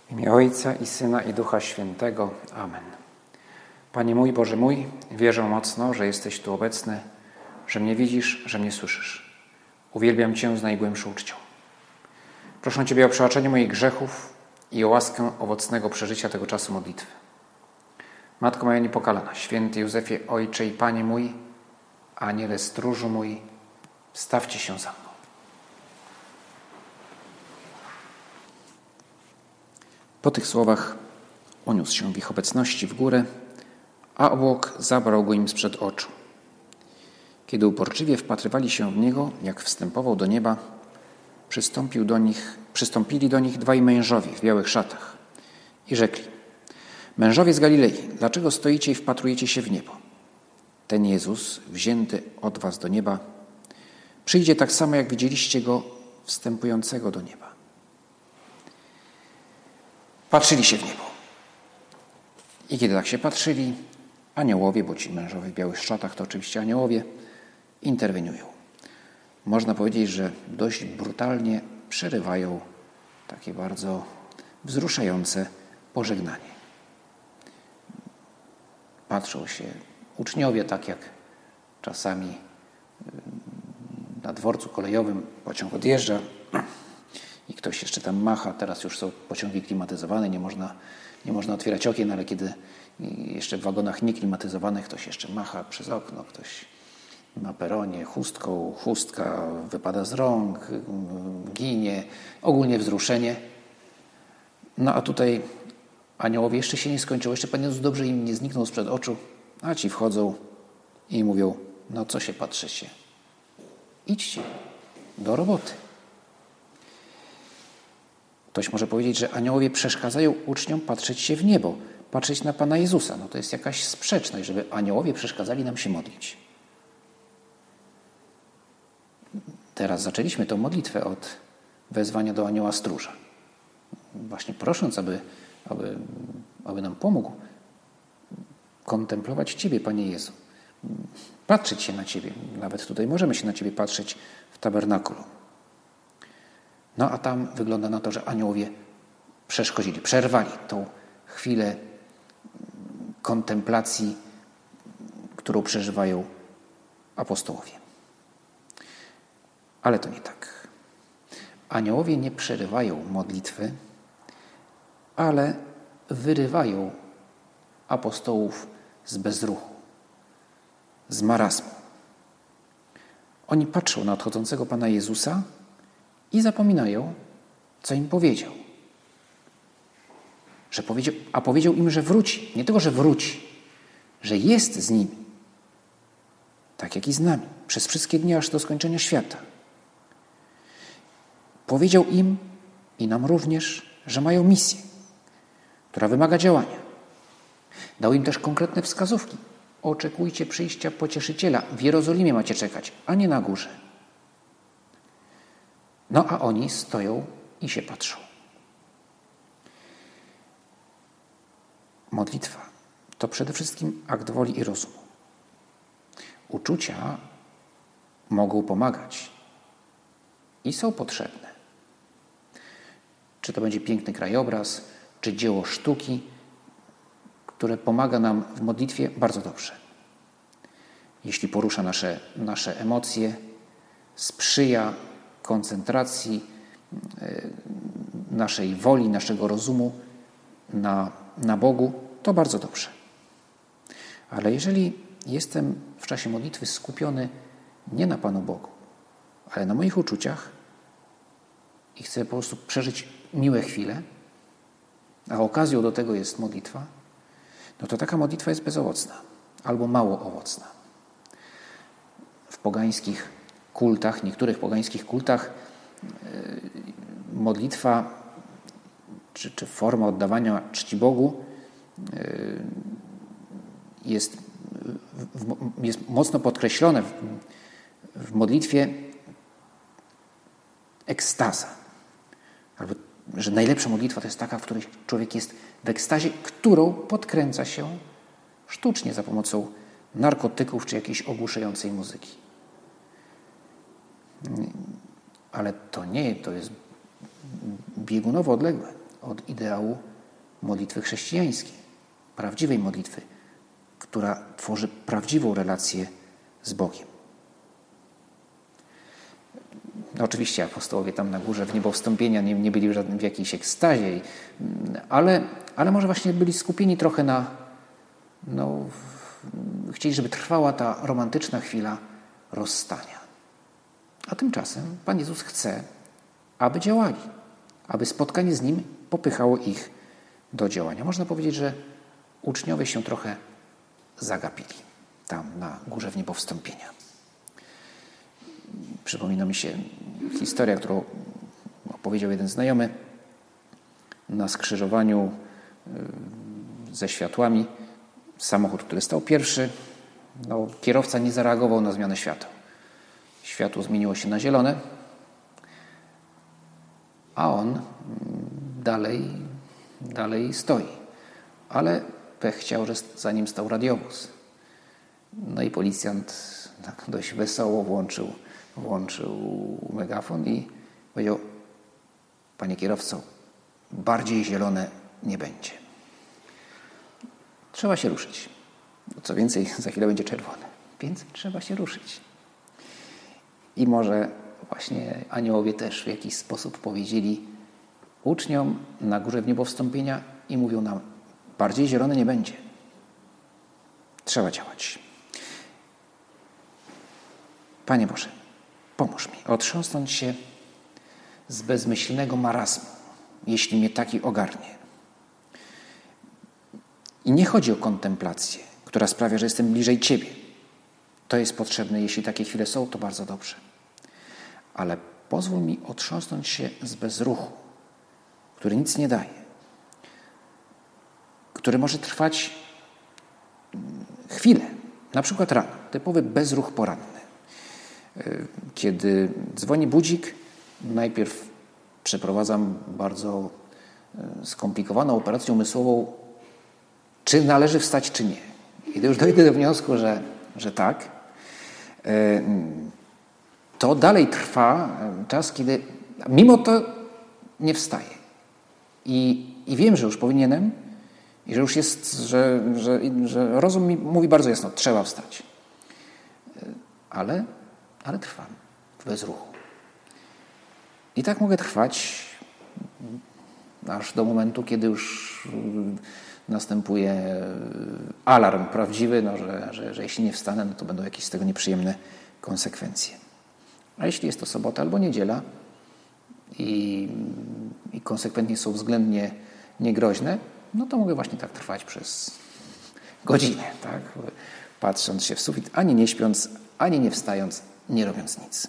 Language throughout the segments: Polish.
W imię Ojca i Syna i Ducha Świętego. Amen. Panie mój, Boże mój, wierzę mocno, że jesteś tu obecny, że mnie widzisz, że mnie słyszysz. Uwielbiam Cię z najgłębszą uczcią. Proszę Ciebie o przebaczenie moich grzechów i o łaskę owocnego przeżycia tego czasu modlitwy. Matko moja niepokalana, święty Józefie, Ojcze i Panie mój, Aniele stróżu mój, stawcie się za mną. Po tych słowach uniósł się w ich obecności w górę, a obłok zabrał go im sprzed oczu. Kiedy uporczywie wpatrywali się w niego, jak wstępował do nieba, przystąpili do nich dwaj mężowie w białych szatach i rzekli: Mężowie z Galilei, dlaczego stoicie i wpatrujecie się w niebo? Ten Jezus, wzięty od was do nieba, przyjdzie tak samo, jak widzieliście go wstępującego do nieba. Patrzyli się w niebo. I kiedy tak się patrzyli, aniołowie, bo ci mężowie w białych szatach to oczywiście aniołowie, interweniują. Można powiedzieć, że dość brutalnie przerywają takie bardzo wzruszające pożegnanie. Patrzą się uczniowie, tak jak czasami na dworcu kolejowym pociąg odjeżdża i ktoś jeszcze tam macha. Teraz już są pociągi klimatyzowane, nie można otwierać okien, ale kiedy jeszcze w wagonach nieklimatyzowanych ktoś jeszcze macha przez okno, ktoś na peronie chustką, chustka wypada z rąk, ginie, ogólnie wzruszenie. No a tutaj aniołowie jeszcze się nie skończyło, jeszcze Pan Jezus dobrze im nie zniknął sprzed oczu, a ci wchodzą i mówią: no co się patrzycie? Idźcie do roboty. Ktoś może powiedzieć, że aniołowie przeszkadzają uczniom patrzeć się w niebo, patrzeć na Pana Jezusa. No to jest jakaś sprzeczność, żeby aniołowie przeszkadzali nam się modlić. Teraz zaczęliśmy tę modlitwę od wezwania do anioła stróża. Właśnie prosząc, aby nam pomógł kontemplować Ciebie, Panie Jezu. Patrzeć się na Ciebie. Nawet tutaj możemy się na Ciebie patrzeć w tabernakulum. No a tam wygląda na to, że aniołowie przeszkodzili, przerwali tą chwilę kontemplacji, którą przeżywają apostołowie. Ale to nie tak. Aniołowie nie przerywają modlitwy, ale wyrywają apostołów z bezruchu, z marazmu. Oni patrzą na odchodzącego Pana Jezusa i zapominają, co im powiedział. Powiedział im, że wróci. Nie tylko, że wróci, że jest z nimi. Tak jak i z nami. Przez wszystkie dni, aż do skończenia świata. Powiedział im i nam również, że mają misję, która wymaga działania. Dał im też konkretne wskazówki. Oczekujcie przyjścia Pocieszyciela. W Jerozolimie macie czekać, a nie na górze. No a oni stoją i się patrzą. Modlitwa to przede wszystkim akt woli i rozumu. Uczucia mogą pomagać i są potrzebne. Czy to będzie piękny krajobraz, czy dzieło sztuki, które pomaga nam w modlitwie, bardzo dobrze. Jeśli porusza nasze emocje, sprzyja koncentracji naszej woli, naszego rozumu na Bogu, to bardzo dobrze. Ale jeżeli jestem w czasie modlitwy skupiony nie na Panu Bogu, ale na moich uczuciach i chcę po prostu przeżyć miłe chwile, a okazją do tego jest modlitwa, no to taka modlitwa jest bezowocna albo mało owocna. W pogańskich kultach, niektórych pogańskich kultach modlitwa czy forma oddawania czci Bogu jest mocno podkreślone w modlitwie ekstaza. Albo, że najlepsza modlitwa to jest taka, w której człowiek jest w ekstazie, którą podkręca się sztucznie za pomocą narkotyków czy jakiejś ogłuszającej muzyki. Ale to jest biegunowo odległe od ideału modlitwy chrześcijańskiej, prawdziwej modlitwy, która tworzy prawdziwą relację z Bogiem. No oczywiście apostołowie tam na górze w niebowstąpienia nie byli w jakiejś ekstazie, ale może właśnie byli skupieni trochę na... chcieli, żeby trwała ta romantyczna chwila rozstania. A tymczasem Pan Jezus chce, aby działali, aby spotkanie z Nim popychało ich do działania. Można powiedzieć, że uczniowie się trochę zagapili tam na górze w niebowstąpienia. Przypomina mi się historia, którą opowiedział jeden znajomy na skrzyżowaniu ze światłami. Samochód, który stał pierwszy, kierowca nie zareagował na zmianę świateł. Światło zmieniło się na zielone, a on dalej stoi. Ale pech chciał, że za nim stał radiowóz. No i policjant tak dość wesoło włączył megafon i powiedział: panie kierowco, bardziej zielone nie będzie. Trzeba się ruszyć. Co więcej, za chwilę będzie czerwone, więc trzeba się ruszyć. I może właśnie aniołowie też w jakiś sposób powiedzieli uczniom na górze w niebowstąpienia i mówią nam: bardziej zielone nie będzie. Trzeba działać. Panie Boże, pomóż mi otrząsnąć się z bezmyślnego marazmu, jeśli mnie taki ogarnie. I nie chodzi o kontemplację, która sprawia, że jestem bliżej Ciebie. To jest potrzebne. Jeśli takie chwile są, to bardzo dobrze. Ale pozwól mi otrząsnąć się z bezruchu, który nic nie daje, który może trwać chwilę, na przykład rano, typowy bezruch poranny. Kiedy dzwoni budzik, najpierw przeprowadzam bardzo skomplikowaną operację umysłową, czy należy wstać, czy nie. I już dojdę do wniosku, że tak, to dalej trwa czas, kiedy mimo to nie wstaję. I wiem, że już powinienem i że już jest, że rozum mi mówi bardzo jasno, trzeba wstać. Ale trwam w bezruchu. I tak mogę trwać aż do momentu, kiedy już następuje alarm prawdziwy, że jeśli nie wstanę, no to będą jakieś z tego nieprzyjemne konsekwencje. A jeśli jest to sobota albo niedziela i konsekwentnie są względnie niegroźne, no to mogę właśnie tak trwać przez godzinę, tak? Patrząc się w sufit, ani nie śpiąc, ani nie wstając, nie robiąc nic.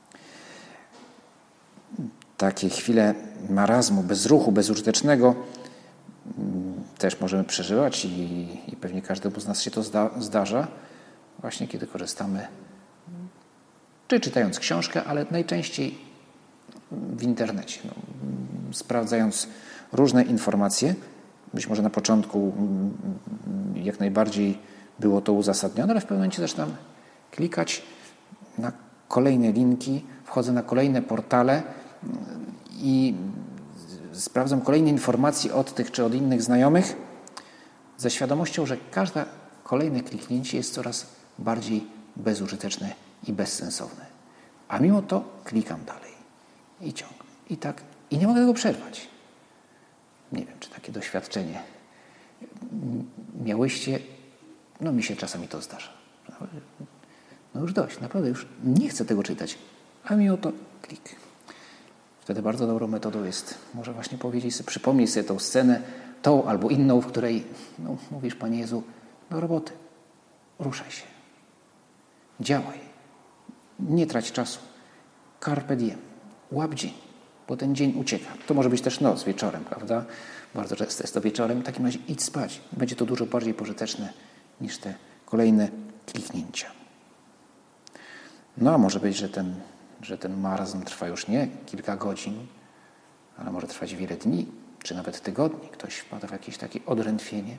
Takie chwile marazmu, bezruchu, bezużytecznego też możemy przeżywać i pewnie każdemu z nas się to zdarza, właśnie kiedy korzystamy, czy czytając książkę, ale najczęściej w internecie, sprawdzając różne informacje. Być może na początku jak najbardziej było to uzasadnione, ale w pewnym momencie zaczynam klikać na kolejne linki, wchodzę na kolejne portale i sprawdzam kolejne informacje od tych czy od innych znajomych ze świadomością, że każde kolejne kliknięcie jest coraz bardziej bezużyteczne i bezsensowne. A mimo to klikam dalej i ciągnę. I tak. I nie mogę tego przerwać. Nie wiem, czy takie doświadczenie miałyście. No mi się czasami to zdarza. No już dość, naprawdę już nie chcę tego czytać. A mimo to klik. Wtedy bardzo dobrą metodą jest może właśnie powiedzieć sobie, przypomnieć sobie tą scenę, tą albo inną, w której mówisz: Panie Jezu, do roboty. Ruszaj się. Działaj. Nie trać czasu. Carpe diem. Łap dzień, bo ten dzień ucieka. To może być też noc, wieczorem, prawda? Bardzo często jest to wieczorem. W takim razie idź spać. Będzie to dużo bardziej pożyteczne niż te kolejne kliknięcia. No a może być, że ten marazm trwa już nie kilka godzin, ale może trwać wiele dni, czy nawet tygodni. Ktoś wpada w jakieś takie odrętwienie.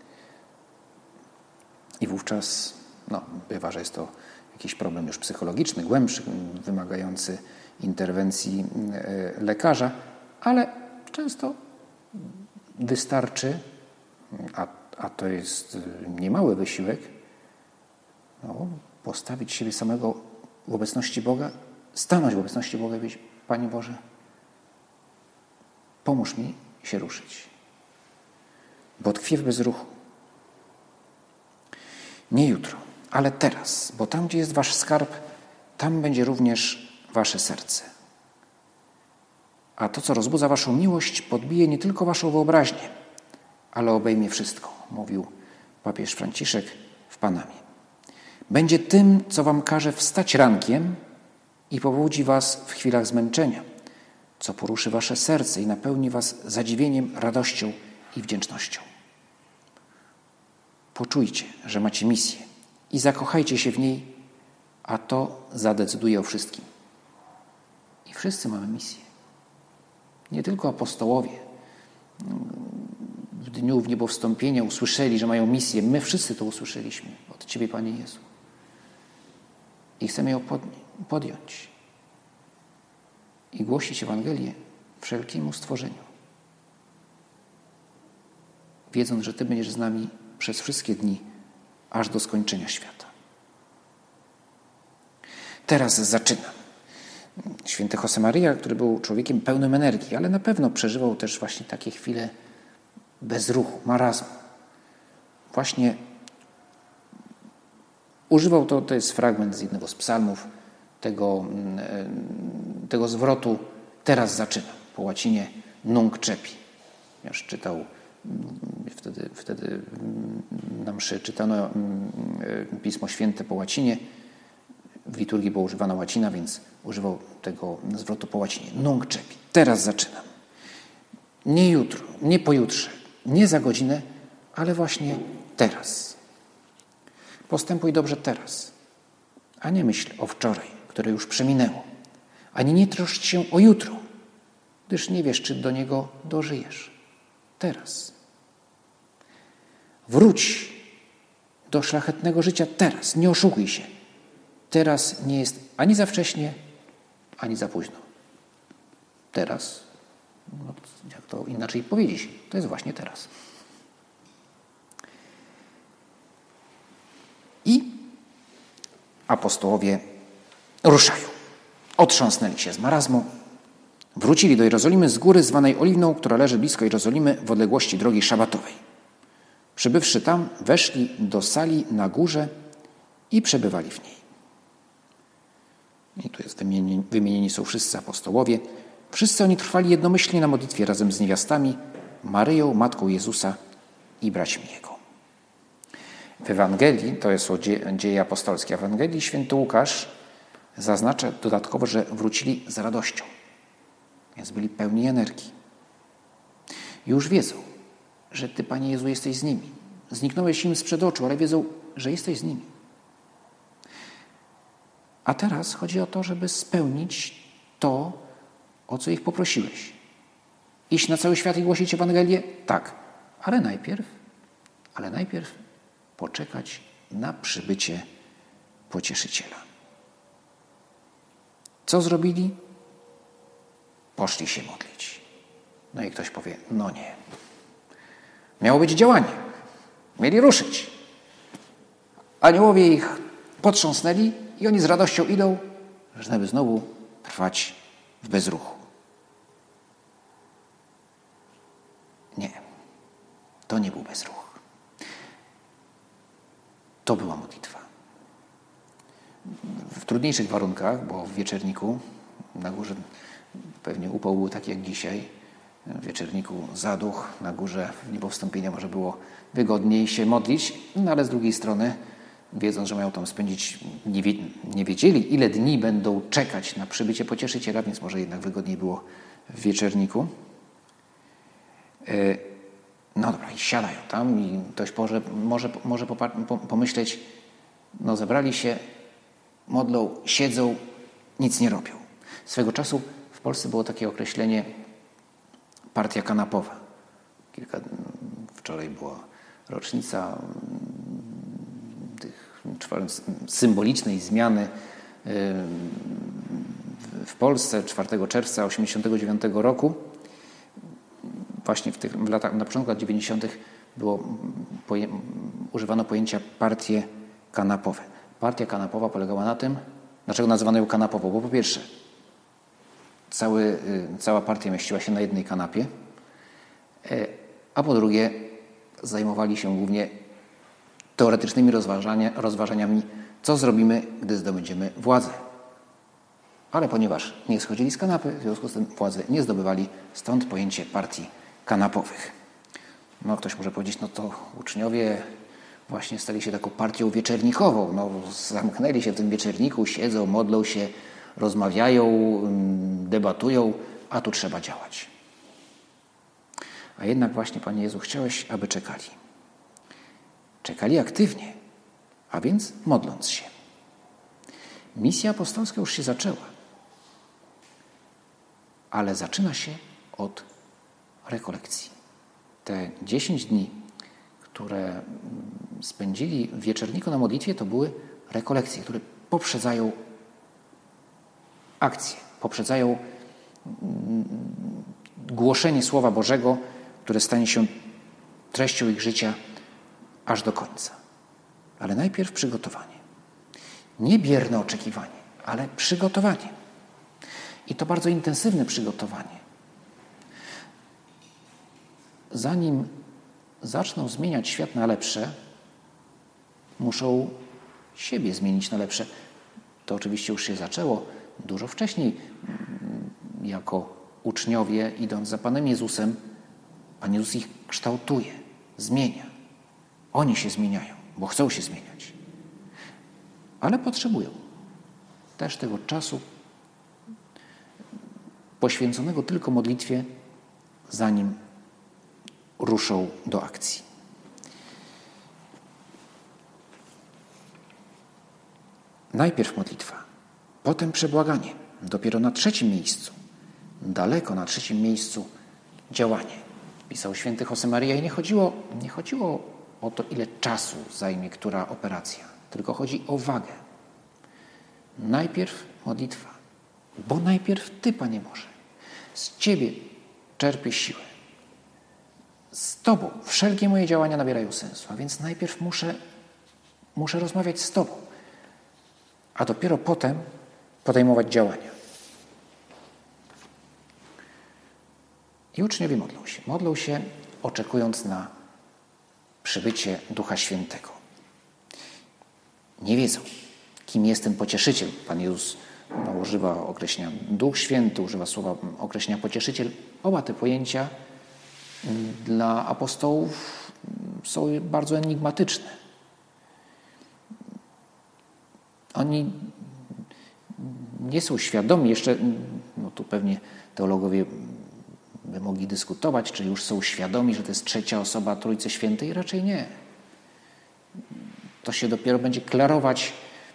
I wówczas bywa, że jest to jakiś problem już psychologiczny, głębszy, wymagający interwencji lekarza, ale często wystarczy, a to jest niemały wysiłek, postawić siebie samego w obecności Boga, stanąć w obecności Boga i powiedzieć: Panie Boże, pomóż mi się ruszyć, bo tkwię w bezruchu. Nie jutro, ale teraz, bo tam, gdzie jest wasz skarb, tam będzie również wasze serce. A to, co rozbudza waszą miłość, podbije nie tylko waszą wyobraźnię, ale obejmie wszystko, mówił papież Franciszek w Panamie. Będzie tym, co wam każe wstać rankiem i pobudzi was w chwilach zmęczenia, co poruszy wasze serce i napełni was zadziwieniem, radością i wdzięcznością. Poczujcie, że macie misję i zakochajcie się w niej, a to zadecyduje o wszystkim. I wszyscy mamy misję. Nie tylko apostołowie w dniu wniebowstąpienia usłyszeli, że mają misję. My wszyscy to usłyszeliśmy od Ciebie, Panie Jezu. I chcemy ją podjąć i głosić Ewangelię wszelkiemu stworzeniu, wiedząc, że Ty będziesz z nami przez wszystkie dni, aż do skończenia świata. Teraz zaczynam. Święty Josemaria, który był człowiekiem pełnym energii, ale na pewno przeżywał też właśnie takie chwile bezruchu, marazmu. Właśnie używał, to jest fragment z jednego z psalmów, tego zwrotu teraz zaczynam. Po łacinie nunc cepi. Już czytał, wtedy na mszy czytano Pismo Święte po łacinie. W liturgii była używana łacina, więc używał tego zwrotu po łacinie. Nunc cepi. Teraz zaczynam. Nie jutro, nie pojutrze, nie za godzinę, ale właśnie teraz. Postępuj dobrze teraz, a nie myśl o wczoraj, które już przeminęło. Ani nie troszcz się o jutro, gdyż nie wiesz, czy do niego dożyjesz. Teraz. Wróć do szlachetnego życia teraz. Nie oszukuj się. Teraz nie jest ani za wcześnie, ani za późno. Teraz, jak to inaczej powiedzieć, to jest właśnie teraz. I apostołowie ruszają. Otrząsnęli się z marazmu, wrócili do Jerozolimy z góry zwanej Oliwną, która leży blisko Jerozolimy w odległości drogi szabatowej. Przybywszy tam, weszli do sali na górze i przebywali w niej. I tu jest wymienieni są wszyscy apostołowie. Wszyscy oni trwali jednomyślnie na modlitwie razem z niewiastami, Maryją, Matką Jezusa i braćmi Jego. W Ewangelii, to jest dzieje apostolskie, w Ewangelii święty Łukasz zaznacza dodatkowo, że wrócili z radością, więc byli pełni energii. Już wiedzą, że Ty, Panie Jezu, jesteś z nimi. Zniknąłeś im sprzed oczu, ale wiedzą, że jesteś z nimi. A teraz chodzi o to, żeby spełnić to, o co ich poprosiłeś. Iść na cały świat i głosić Ewangelię? Tak, ale najpierw poczekać na przybycie Pocieszyciela. Co zrobili? Poszli się modlić. No i ktoś powie, no nie. Miało być działanie. Mieli ruszyć. Aniołowie ich potrząsnęli i oni z radością idą, żeby znowu trwać w bezruchu. Nie. To nie był bezruch. To była modlitwa. W trudniejszych warunkach, bo w Wieczerniku na górze pewnie upał był taki jak dzisiaj. W Wieczerniku zaduch, na górze w niebowstąpienia może było wygodniej się modlić, no ale z drugiej strony, wiedząc, że mają tam spędzić, nie wiedzieli, ile dni będą czekać na przybycie Pocieszyciela, więc może jednak wygodniej było w Wieczerniku. No dobra, i siadają tam i ktoś może pomyśleć, no zebrali się, modlą, siedzą, nic nie robią. Swego czasu w Polsce było takie określenie partia kanapowa. Wczoraj była rocznica symbolicznej zmiany w Polsce 4 czerwca 1989 roku. właśnie na początku lat 90. używano pojęcia partie kanapowe. Partia kanapowa polegała na tym, dlaczego nazywano ją kanapową? Bo po pierwsze, cała partia mieściła się na jednej kanapie, a po drugie zajmowali się głównie teoretycznymi rozważaniami, co zrobimy, gdy zdobędziemy władzę. Ale ponieważ nie schodzili z kanapy, w związku z tym władzy nie zdobywali, stąd pojęcie partii kanapowych. No ktoś może powiedzieć, no to uczniowie właśnie stali się taką partią wieczernikową. No, zamknęli się w tym wieczerniku, siedzą, modlą się, rozmawiają, debatują, a tu trzeba działać. A jednak właśnie, Panie Jezu, chciałeś, aby czekali. Czekali aktywnie, a więc modląc się. Misja apostolska już się zaczęła, ale zaczyna się od rekolekcji. Te 10 dni, które spędzili w wieczorniku na modlitwie, to były rekolekcje, które poprzedzają akcję, poprzedzają głoszenie Słowa Bożego, które stanie się treścią ich życia aż do końca. Ale najpierw przygotowanie. Nie bierne oczekiwanie, ale przygotowanie. I to bardzo intensywne przygotowanie. Zanim zaczną zmieniać świat na lepsze, muszą siebie zmienić na lepsze. To oczywiście już się zaczęło dużo wcześniej. Jako uczniowie, idąc za Panem Jezusem, Pan Jezus ich kształtuje, zmienia. Oni się zmieniają, bo chcą się zmieniać. Ale potrzebują też tego czasu poświęconego tylko modlitwie, zanim ruszą do akcji. Najpierw modlitwa, potem przebłaganie. Dopiero na 3. miejscu, daleko na 3. miejscu działanie. Pisał święty Josemaria i nie chodziło o to, ile czasu zajmie która operacja, tylko chodzi o wagę. Najpierw modlitwa, bo najpierw Ty, Panie Boże, z Ciebie czerpię siłę. Z Tobą wszelkie moje działania nabierają sensu, a więc najpierw muszę rozmawiać z Tobą, a dopiero potem podejmować działania. I uczniowie modlą się oczekując na przybycie Ducha Świętego. Nie wiedzą, kim jest ten pocieszyciel. Pan Jezus używa określenia Duch Święty, używa słowa określenia pocieszyciel. Oba te pojęcia dla apostołów są bardzo enigmatyczne. Oni nie są świadomi, jeszcze tu pewnie teologowie by mogli dyskutować, czy już są świadomi, że to jest 3. osoba Trójcy Świętej. Raczej nie. To się dopiero będzie klarować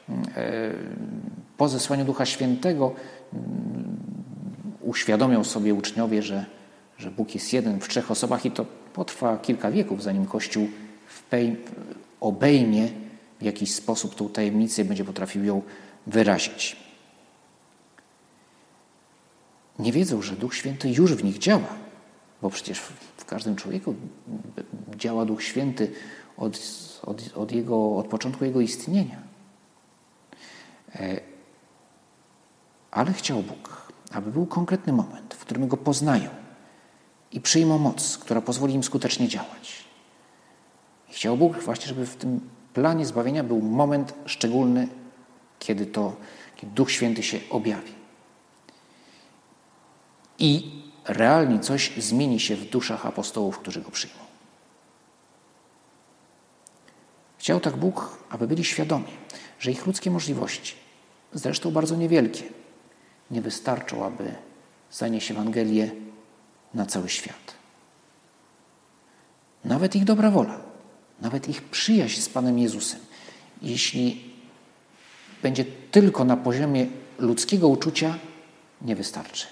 po zesłaniu Ducha Świętego. Uświadomią sobie uczniowie, że Bóg jest jeden w 3 osobach i to potrwa kilka wieków, zanim Kościół obejmie w jakiś sposób tą tajemnicę i będzie potrafił ją wyrazić. Nie wiedzą, że Duch Święty już w nich działa, bo przecież w każdym człowieku działa Duch Święty od początku jego istnienia. Ale chciał Bóg, aby był konkretny moment, w którym Go poznają i przyjmą moc, która pozwoli im skutecznie działać. I chciał Bóg właśnie, żeby w tym planie zbawienia był moment szczególny, kiedy Duch Święty się objawi. I realnie coś zmieni się w duszach apostołów, którzy Go przyjmą. Chciał tak Bóg, aby byli świadomi, że ich ludzkie możliwości, zresztą bardzo niewielkie, nie wystarczą, aby zanieść Ewangelię na cały świat. Nawet ich dobra wola, nawet ich przyjaźń z Panem Jezusem, jeśli będzie tylko na poziomie ludzkiego uczucia, nie wystarczy.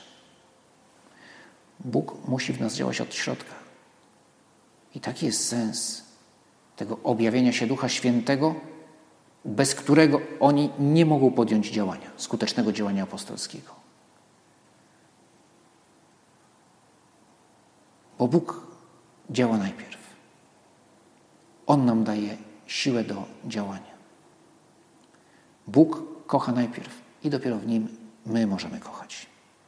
Bóg musi w nas działać od środka. I taki jest sens tego objawienia się Ducha Świętego, bez którego oni nie mogą podjąć działania, skutecznego działania apostolskiego. Bo Bóg działa najpierw. On nam daje siłę do działania. Bóg kocha najpierw i dopiero w Nim my możemy kochać.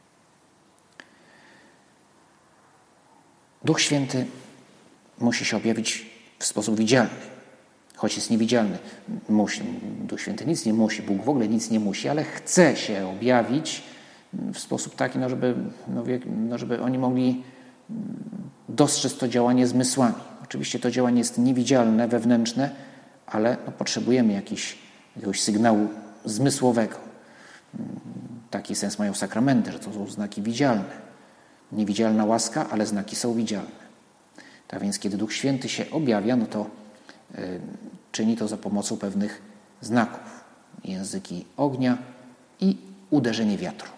Duch Święty musi się objawić w sposób widzialny, choć jest niewidzialny. Duch Święty nic nie musi, Bóg w ogóle nic nie musi, ale chce się objawić w sposób taki, żeby oni mogli dostrzec to działanie zmysłami. Oczywiście to działanie jest niewidzialne, wewnętrzne, ale potrzebujemy jakiegoś sygnału zmysłowego. Taki sens mają sakramenty, że to są znaki widzialne. Niewidzialna łaska, ale znaki są widzialne. Tak więc, kiedy Duch Święty się objawia, to czyni to za pomocą pewnych znaków. Języki ognia i uderzenie wiatru.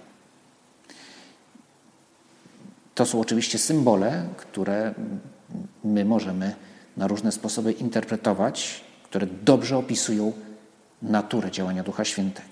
To są oczywiście symbole, które my możemy na różne sposoby interpretować, które dobrze opisują naturę działania Ducha Świętego.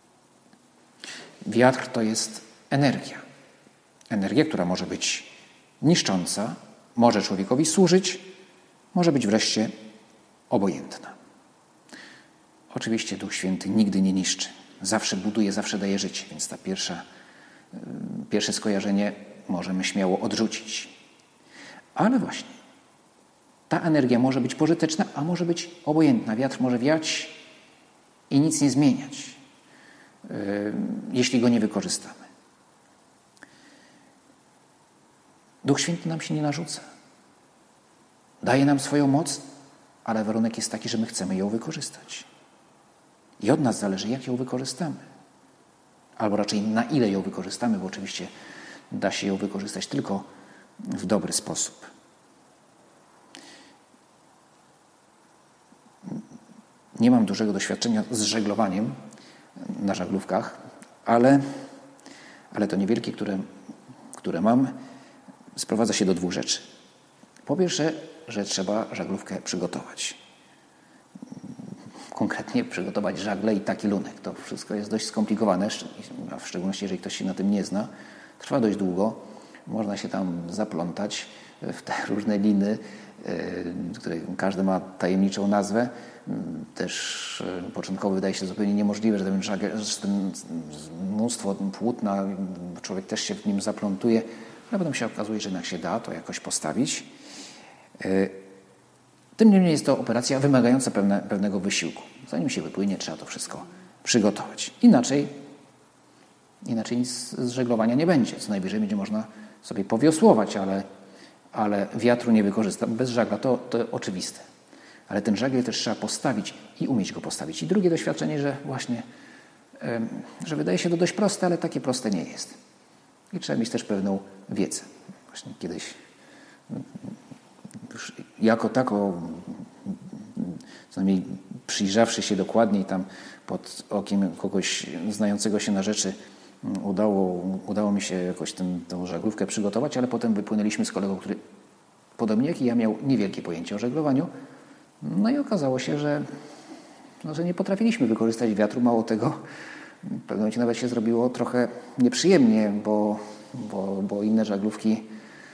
Wiatr to jest energia. Energia, która może być niszcząca, może człowiekowi służyć, może być wreszcie obojętna. Oczywiście Duch Święty nigdy nie niszczy. Zawsze buduje, zawsze daje życie, więc ta pierwsze skojarzenie możemy śmiało odrzucić. Ale właśnie, ta energia może być pożyteczna, a może być obojętna. Wiatr może wiać i nic nie zmieniać, jeśli go nie wykorzystamy. Duch Święty nam się nie narzuca. Daje nam swoją moc, ale warunek jest taki, że my chcemy ją wykorzystać. I od nas zależy, jak ją wykorzystamy. Albo raczej na ile ją wykorzystamy, bo oczywiście da się ją wykorzystać tylko w dobry sposób. Nie mam dużego doświadczenia z żeglowaniem na żaglówkach, ale to niewielkie, które mam, sprowadza się do dwóch rzeczy. Po pierwsze, że trzeba żaglówkę przygotować. Konkretnie przygotować żagle i taki lunek. To wszystko jest dość skomplikowane, a w szczególności jeżeli ktoś się na tym nie zna. Trwa dość długo. Można się tam zaplątać w te różne liny, które każdy ma tajemniczą nazwę. Też początkowo wydaje się zupełnie niemożliwe, że ten mnóstwo płótna, człowiek też się w nim zaplątuje, ale potem się okazuje, że jednak się da to jakoś postawić. Tym niemniej jest to operacja wymagająca pewnego wysiłku. Zanim się wypłynie, trzeba to wszystko przygotować. Inaczej nic z żeglowania nie będzie. Co najwyżej będzie można sobie powiosłować, ale wiatru nie wykorzystam. Bez żagla to oczywiste. Ale ten żagiel też trzeba postawić i umieć go postawić. I drugie doświadczenie, że wydaje się to dość proste, ale takie proste nie jest. I trzeba mieć też pewną wiedzę. Właśnie kiedyś już jako tako, co najmniej przyjrzawszy się dokładniej tam pod okiem kogoś znającego się na rzeczy, udało mi się jakoś tą żaglówkę przygotować, ale potem wypłynęliśmy z kolegą, który podobnie jak i ja miał niewielkie pojęcie o żeglowaniu. No i okazało się, że nie potrafiliśmy wykorzystać wiatru. Mało tego, w pewnym momencie nawet się zrobiło trochę nieprzyjemnie, bo inne żaglówki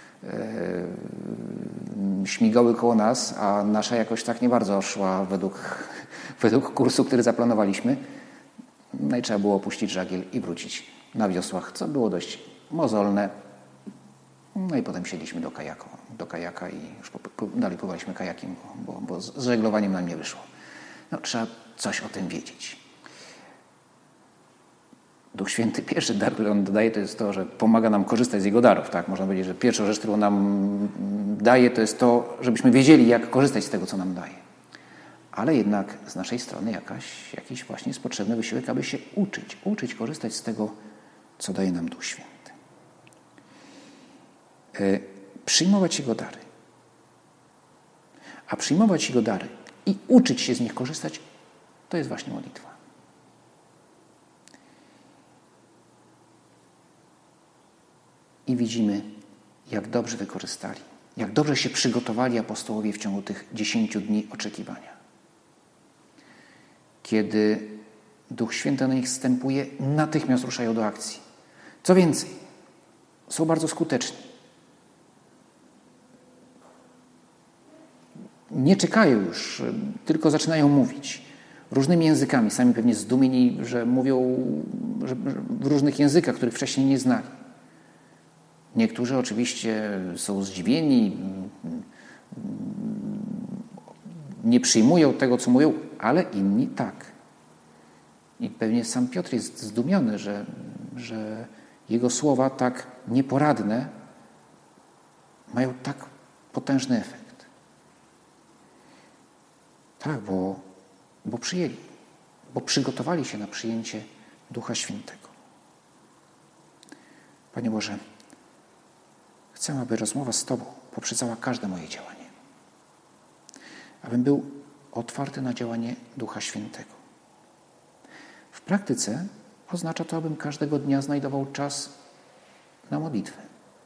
śmigały koło nas, a nasza jakoś tak nie bardzo szła według kursu, który zaplanowaliśmy. No i trzeba było opuścić żagiel i wrócić na wiosłach, co było dość mozolne. No i potem siedliśmy do kajaka i już dalej pływaliśmy kajakiem, bo z żeglowaniem nam nie wyszło. Trzeba coś o tym wiedzieć. Duch Święty, pierwszy dar, który On daje, to jest to, że pomaga nam korzystać z Jego darów. Tak? Można powiedzieć, że pierwsza rzecz, którą nam daje, to jest to, żebyśmy wiedzieli, jak korzystać z tego, co nam daje. Ale jednak z naszej strony jakiś właśnie jest potrzebny wysiłek, aby się uczyć korzystać z tego, co daje nam Duch Święty. Przyjmować Jego dary. A przyjmować Jego dary i uczyć się z nich korzystać, to jest właśnie modlitwa. I widzimy, jak dobrze wykorzystali, jak dobrze się przygotowali apostołowie w ciągu tych 10 dni oczekiwania. Kiedy Duch Święty na nich zstępuje, natychmiast ruszają do akcji. Co więcej, są bardzo skuteczni. nie czekają już, tylko zaczynają mówić różnymi językami, sami pewnie zdumieni, że mówią w różnych językach, których wcześniej nie znali. Niektórzy oczywiście są zdziwieni, nie przyjmują tego, co mówią, ale inni tak. I pewnie sam Piotr jest zdumiony, że jego słowa tak nieporadne mają tak potężny efekt. Tak, bo przyjęli, bo przygotowali się na przyjęcie Ducha Świętego. Panie Boże, chcę, aby rozmowa z Tobą poprzedzała każde moje działanie. Abym był otwarty na działanie Ducha Świętego. W praktyce oznacza to, abym każdego dnia znajdował czas na modlitwę.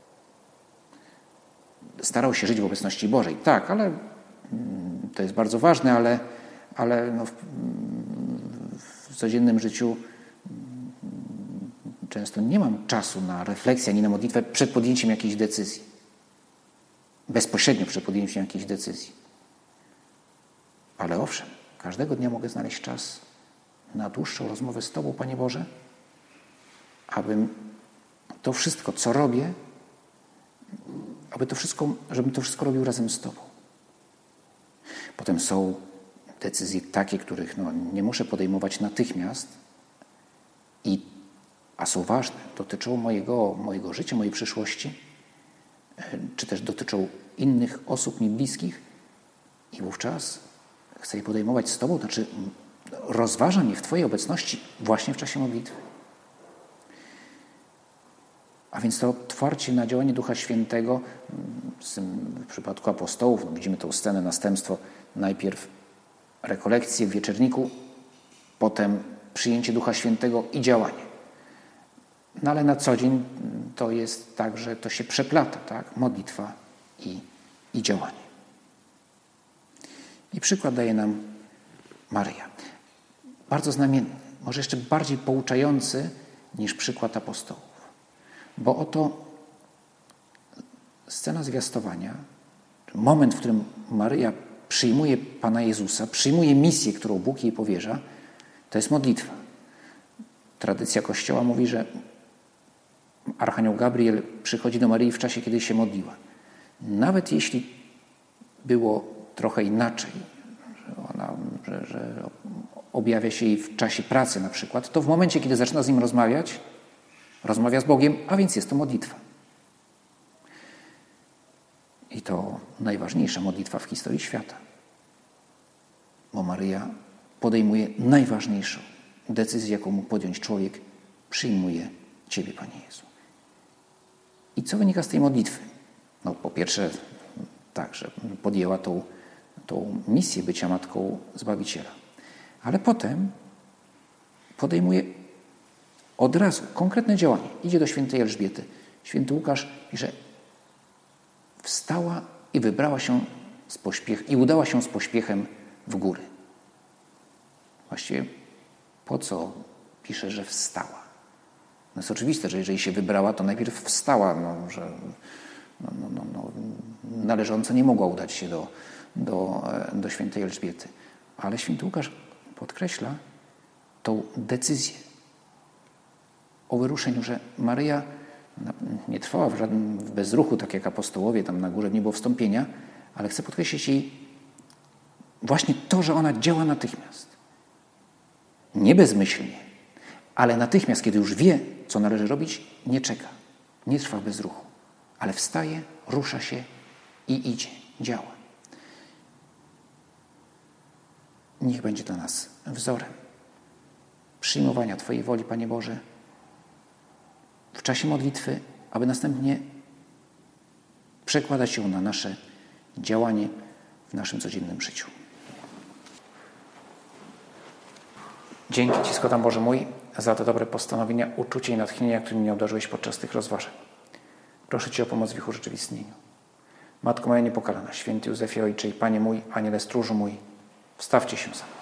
Starał się żyć w obecności Bożej. Tak, ale to jest bardzo ważne, ale w codziennym życiu często nie mam czasu na refleksję ani na modlitwę przed podjęciem jakiejś decyzji. Bezpośrednio przed podjęciem jakiejś decyzji. Ale owszem, każdego dnia mogę znaleźć czas na dłuższą rozmowę z Tobą, Panie Boże, abym to wszystko, co robię, żebym to wszystko robił razem z Tobą. Potem są decyzje takie, których nie muszę podejmować natychmiast, a są ważne, dotyczą mojego życia, mojej przyszłości, czy też dotyczą innych osób mi bliskich i wówczas chcę je podejmować z Tobą, znaczy rozważam je w Twojej obecności właśnie w czasie modlitwy. A więc to otwarcie na działanie Ducha Świętego, w przypadku apostołów, widzimy tę scenę, następstwo, najpierw rekolekcje w wieczerniku, potem przyjęcie Ducha Świętego i działanie. No ale na co dzień to jest tak, że to się przeplata, tak? Modlitwa i działanie. I przykład daje nam Maryja. Bardzo znamienny, może jeszcze bardziej pouczający niż przykład apostołów. Bo oto scena zwiastowania, moment, w którym Maryja przyjmuje Pana Jezusa, przyjmuje misję, którą Bóg jej powierza, to jest modlitwa. Tradycja Kościoła mówi, że Archanioł Gabriel przychodzi do Maryi w czasie, kiedy się modliła. Nawet jeśli było trochę inaczej, że objawia się jej w czasie pracy na przykład, to w momencie, kiedy zaczyna z nim rozmawiać, rozmawia z Bogiem, a więc jest to modlitwa. I to najważniejsza modlitwa w historii świata. Bo Maryja podejmuje najważniejszą decyzję, jaką mógł podjąć człowiek, przyjmuje Ciebie, Panie Jezu. I co wynika z tej modlitwy? Po pierwsze, tak, że podjęła tą misję bycia Matką Zbawiciela. Ale potem podejmuje od razu konkretne działanie. Idzie do świętej Elżbiety. Święty Łukasz pisze, wstała i wybrała się i udała się z pośpiechem w góry. Właściwie po co pisze, że wstała? Jest oczywiste, że jeżeli się wybrała, to najpierw wstała, że należąco nie mogła udać się do świętej Elżbiety. Ale święty Łukasz podkreśla tą decyzję o wyruszeniu, że Maryja nie trwała w bezruchu, tak jak apostołowie, tam na górze nie było wstąpienia, ale chce podkreślić jej właśnie to, że ona działa natychmiast. Nie bezmyślnie, ale natychmiast, kiedy już wie, co należy robić, nie czeka, nie trwa w bezruchu, ale wstaje, rusza się i idzie, działa. Niech będzie dla nas wzorem przyjmowania Twojej woli, Panie Boże, w czasie modlitwy, aby następnie przekładać ją na nasze działanie w naszym codziennym życiu. Dzięki Ci składam, Boże mój, za te dobre postanowienia, uczucie i natchnienia, którymi mnie obdarzyłeś podczas tych rozważań. Proszę Cię o pomoc w ich urzeczywistnieniu. Matko moja niepokalana, święty Józefie Ojcze i Panie mój, Aniele stróżu mój, wstawcie się za mną.